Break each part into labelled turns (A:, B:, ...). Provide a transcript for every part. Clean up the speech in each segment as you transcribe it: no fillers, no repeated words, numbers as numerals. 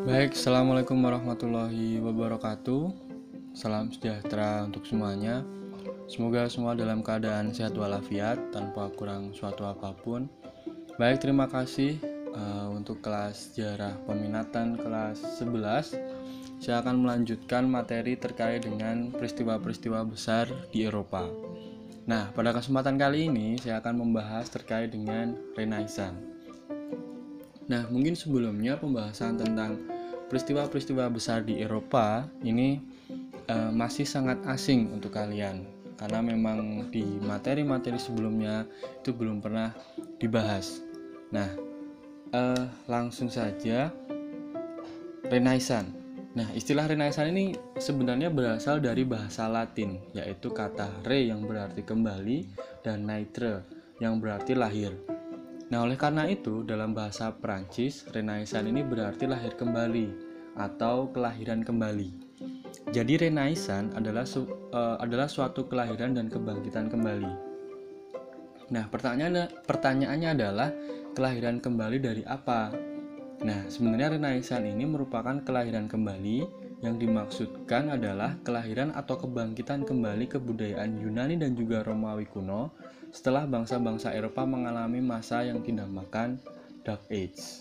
A: Baik, Assalamualaikum warahmatullahi wabarakatuh. Salam sejahtera untuk semuanya. Semoga semua dalam keadaan sehat walafiat tanpa kurang suatu apapun. Baik, terima kasih untuk kelas sejarah peminatan kelas 11. Saya akan melanjutkan materi terkait dengan peristiwa-peristiwa besar di Eropa. Nah, pada kesempatan kali ini saya akan membahas terkait dengan Renaissance. Nah, mungkin sebelumnya pembahasan tentang peristiwa-peristiwa besar di Eropa ini masih sangat asing untuk kalian, karena memang di materi-materi sebelumnya itu belum pernah dibahas. Nah, langsung saja Renaissance. Nah, istilah Renaissance ini sebenarnya berasal dari bahasa Latin, yaitu kata re yang berarti kembali dan naître yang berarti lahir. Nah, oleh karena itu, dalam bahasa Prancis, Renaissance ini berarti lahir kembali atau kelahiran kembali. Jadi, Renaissance adalah suatu kelahiran dan kebangkitan kembali. Nah, pertanyaannya adalah kelahiran kembali dari apa? Nah, sebenarnya Renaissance ini merupakan kelahiran kembali. Yang dimaksudkan adalah kelahiran atau kebangkitan kembali kebudayaan Yunani dan juga Romawi kuno setelah bangsa-bangsa Eropa mengalami masa yang dinamakan Dark Age.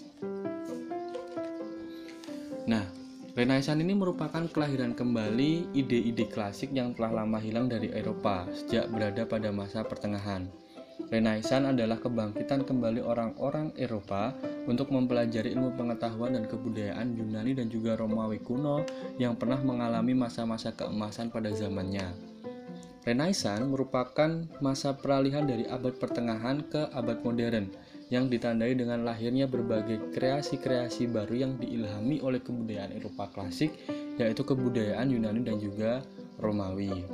A: Nah, Renaissance ini merupakan kelahiran kembali ide-ide klasik yang telah lama hilang dari Eropa sejak berada pada masa pertengahan. Renaissance adalah kebangkitan kembali orang-orang Eropa untuk mempelajari ilmu pengetahuan dan kebudayaan Yunani dan juga Romawi kuno yang pernah mengalami masa-masa keemasan pada zamannya. Renaissance merupakan masa peralihan dari abad pertengahan ke abad modern yang ditandai dengan lahirnya berbagai kreasi-kreasi baru yang diilhami oleh kebudayaan Eropa klasik, yaitu kebudayaan Yunani dan juga Romawi.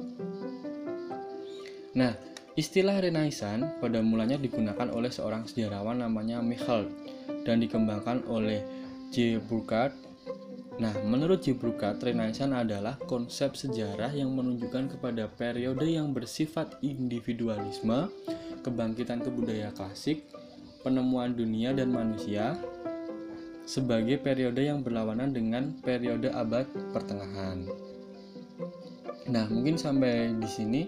A: Nah, istilah Renaissance pada mulanya digunakan oleh seorang sejarawan namanya Michel dan dikembangkan oleh J. Burckhardt. Nah, menurut J. Burckhardt, Renaissance adalah konsep sejarah yang menunjukkan kepada periode yang bersifat individualisme, kebangkitan kebudayaan klasik, penemuan dunia dan manusia, sebagai periode yang berlawanan dengan periode abad pertengahan. Nah, mungkin sampai di sini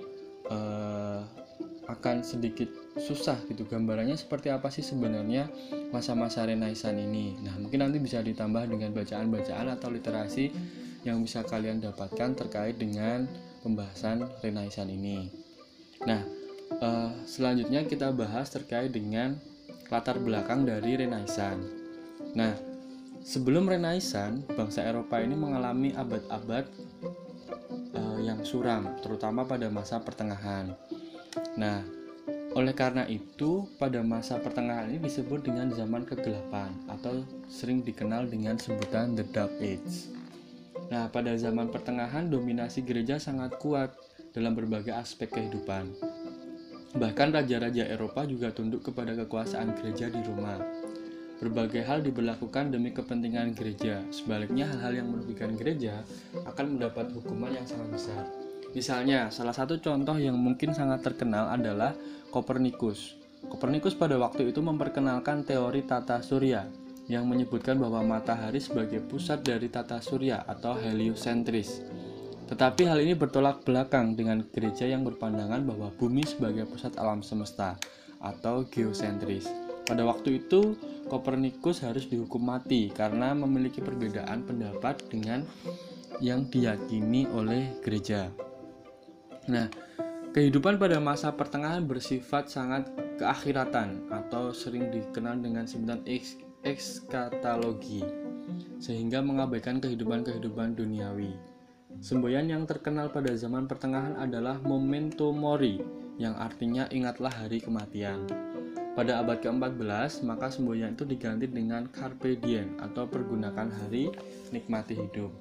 A: akan sedikit susah gitu gambarannya seperti apa sih sebenarnya masa-masa Renaissance ini. Nah, mungkin nanti bisa ditambah dengan bacaan-bacaan atau literasi yang bisa kalian dapatkan terkait dengan pembahasan Renaissance ini. Nah, selanjutnya kita bahas terkait dengan latar belakang dari Renaissance. Nah, sebelum Renaissance, bangsa Eropa ini mengalami abad-abad yang suram, terutama pada masa pertengahan. Nah, oleh karena itu, pada masa pertengahan ini disebut dengan zaman kegelapan atau sering dikenal dengan sebutan The Dark Age. Nah, pada zaman pertengahan dominasi gereja sangat kuat dalam berbagai aspek kehidupan. Bahkan raja-raja Eropa juga tunduk kepada kekuasaan gereja di Roma. Berbagai hal diberlakukan demi kepentingan gereja. Sebaliknya, hal-hal yang merugikan gereja akan mendapat hukuman yang sangat besar. Misalnya, salah satu contoh yang mungkin sangat terkenal adalah Kopernikus. Kopernikus pada waktu itu memperkenalkan teori tata surya yang menyebutkan bahwa matahari sebagai pusat dari tata surya atau heliosentris. Tetapi hal ini bertolak belakang dengan gereja yang berpandangan bahwa bumi sebagai pusat alam semesta atau geosentris. Pada waktu itu, Kopernikus harus dihukum mati karena memiliki perbedaan pendapat dengan yang diyakini oleh gereja. Nah, kehidupan pada masa pertengahan bersifat sangat keakhiratan atau sering dikenal dengan sebutan ekskatologi, sehingga mengabaikan kehidupan-kehidupan duniawi. Semboyan yang terkenal pada zaman pertengahan adalah Memento Mori, yang artinya ingatlah hari kematian. Pada abad ke-14, maka semboyan itu diganti dengan Carpe Diem atau pergunakan hari, nikmati hidup.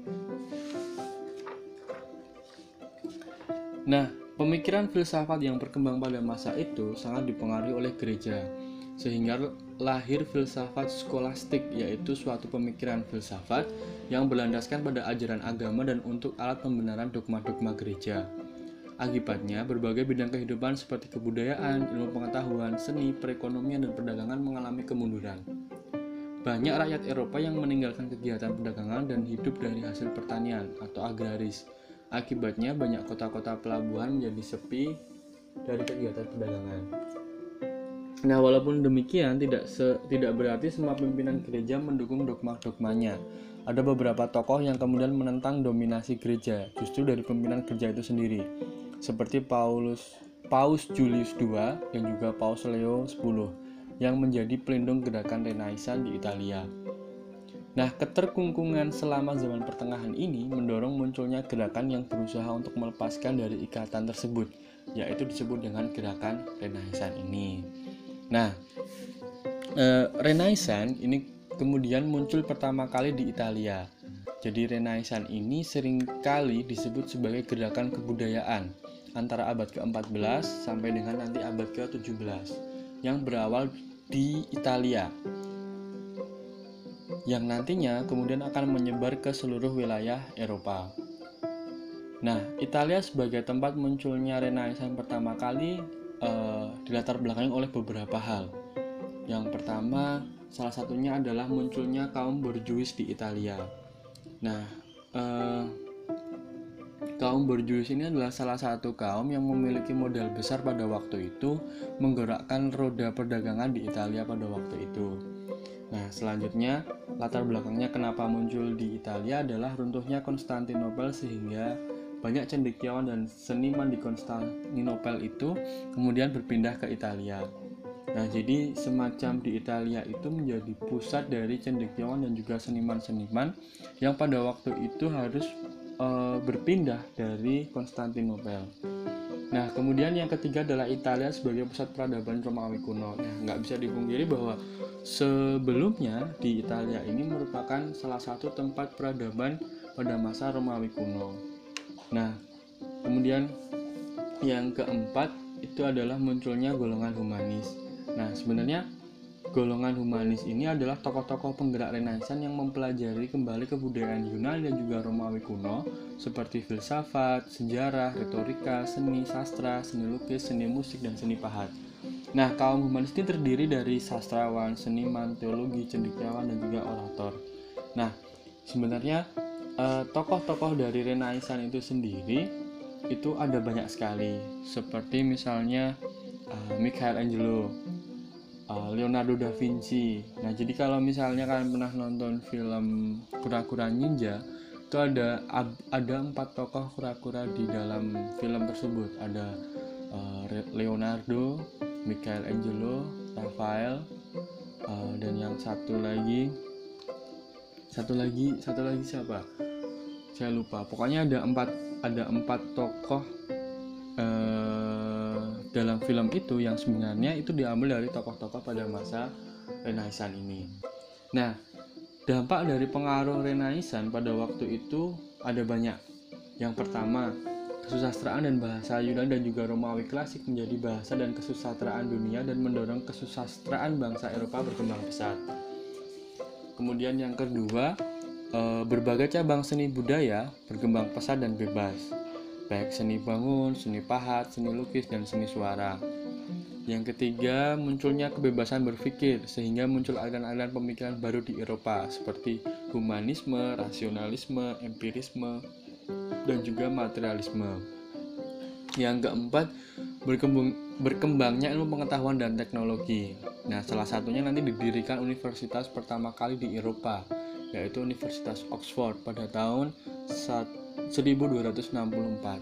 A: Nah, pemikiran filsafat yang berkembang pada masa itu sangat dipengaruhi oleh gereja, sehingga lahir filsafat skolastik, yaitu suatu pemikiran filsafat yang berlandaskan pada ajaran agama dan untuk alat pembenaran dogma-dogma gereja. Akibatnya, berbagai bidang kehidupan seperti kebudayaan, ilmu pengetahuan, seni, perekonomian, dan perdagangan mengalami kemunduran. banyak rakyat Eropa yang meninggalkan kegiatan perdagangan dan hidup dari hasil pertanian atau agraris. Akibatnya banyak kota-kota pelabuhan menjadi sepi dari kegiatan perdagangan. Nah, walaupun demikian tidak berarti semua pimpinan gereja mendukung dogma-dogmanya. Ada beberapa tokoh yang kemudian menentang dominasi gereja justru dari pimpinan gereja itu sendiri, seperti Paus Julius II dan juga Paus Leo X yang menjadi pelindung gerakan Renaissance di Italia. Nah, keterkungkungan selama zaman pertengahan ini mendorong munculnya gerakan yang berusaha untuk melepaskan dari ikatan tersebut, yaitu disebut dengan gerakan Renaissance ini. Nah, Renaissance ini kemudian muncul pertama kali di Italia. Jadi Renaissance ini seringkali disebut sebagai gerakan kebudayaan antara abad ke-14 sampai dengan nanti abad ke-17 yang berawal di Italia, yang nantinya kemudian akan menyebar ke seluruh wilayah Eropa. Nah, Italia sebagai tempat munculnya Renaissance pertama kali dilatar belakangi oleh beberapa hal. Yang pertama, salah satunya adalah munculnya kaum borjuis di Italia. Nah, kaum borjuis ini adalah salah satu kaum yang memiliki modal besar pada waktu itu, menggerakkan roda perdagangan di Italia pada waktu itu. Nah, selanjutnya latar belakangnya kenapa muncul di Italia adalah runtuhnya Konstantinopel, sehingga banyak cendekiawan dan seniman di Konstantinopel itu kemudian berpindah ke Italia. Nah, jadi semacam di Italia itu menjadi pusat dari cendekiawan dan juga seniman-seniman yang pada waktu itu harus berpindah dari Konstantinopel. Nah, kemudian yang ketiga adalah Italia sebagai pusat peradaban Romawi kuno. Nah, nggak bisa dipungkiri bahwa sebelumnya di Italia ini merupakan salah satu tempat peradaban pada masa Romawi kuno. Nah, kemudian yang keempat itu adalah munculnya golongan humanis. Nah, sebenarnya golongan humanis ini adalah tokoh-tokoh penggerak Renaissance yang mempelajari kembali kebudayaan Yunani dan juga Romawi kuno seperti filsafat, sejarah, retorika, seni, sastra, seni lukis, seni musik, dan seni pahat. Nah, kaum humanis ini terdiri dari sastrawan, seniman, teologi, cendekiawan, dan juga orator. Nah, sebenarnya tokoh-tokoh dari Renaissance itu sendiri itu ada banyak sekali, seperti misalnya Michelangelo, Leonardo da Vinci. Nah, jadi kalau misalnya kalian pernah nonton film Kura-Kura Ninja, itu ada 4 tokoh kura-kura di dalam film tersebut. Ada Leonardo, Michelangelo, Raphael, dan yang satu lagi siapa? Saya lupa. Pokoknya ada empat tokoh dalam film itu yang sebenarnya itu diambil dari tokoh-tokoh pada masa Renaissance ini. Nah, dampak dari pengaruh Renaissance pada waktu itu ada banyak. Yang pertama, kesusastraan dan bahasa Yunani dan juga Romawi klasik menjadi bahasa dan kesusastraan dunia dan mendorong kesusastraan bangsa Eropa berkembang pesat. Kemudian yang kedua, berbagai cabang seni budaya berkembang pesat dan bebas, baik seni bangun, seni pahat, seni lukis, dan seni suara. Yang ketiga, munculnya kebebasan berpikir, sehingga muncul aliran-aliran pemikiran baru di Eropa seperti humanisme, rasionalisme, empirisme, dan juga materialisme. Yang keempat, berkembangnya ilmu pengetahuan dan teknologi. Nah, salah satunya nanti didirikan universitas pertama kali di Eropa, yaitu Universitas Oxford pada tahun 1264.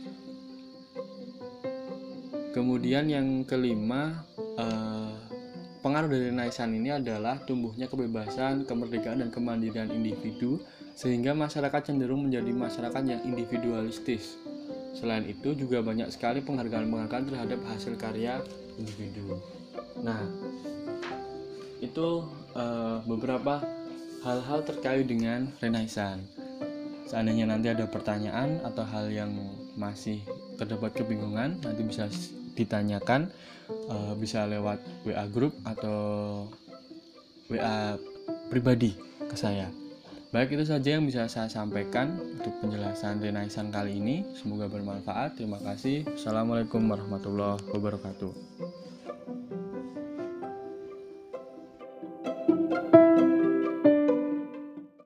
A: Kemudian yang kelima, pengaruh dari Renaissance ini adalah tumbuhnya kebebasan, kemerdekaan, dan kemandirian individu, sehingga masyarakat cenderung menjadi masyarakat yang individualistis. Selain itu juga banyak sekali penghargaan-penghargaan terhadap hasil karya individu. Nah, itu beberapa hal-hal terkait dengan Renaissance. Seandainya nanti ada pertanyaan atau hal yang masih terdapat kebingungan, nanti bisa ditanyakan, bisa lewat WA group atau WA pribadi ke saya. Baik, itu saja yang bisa saya sampaikan untuk penjelasan Renaissance kali ini. Semoga bermanfaat. Terima kasih. Assalamualaikum warahmatullahi wabarakatuh.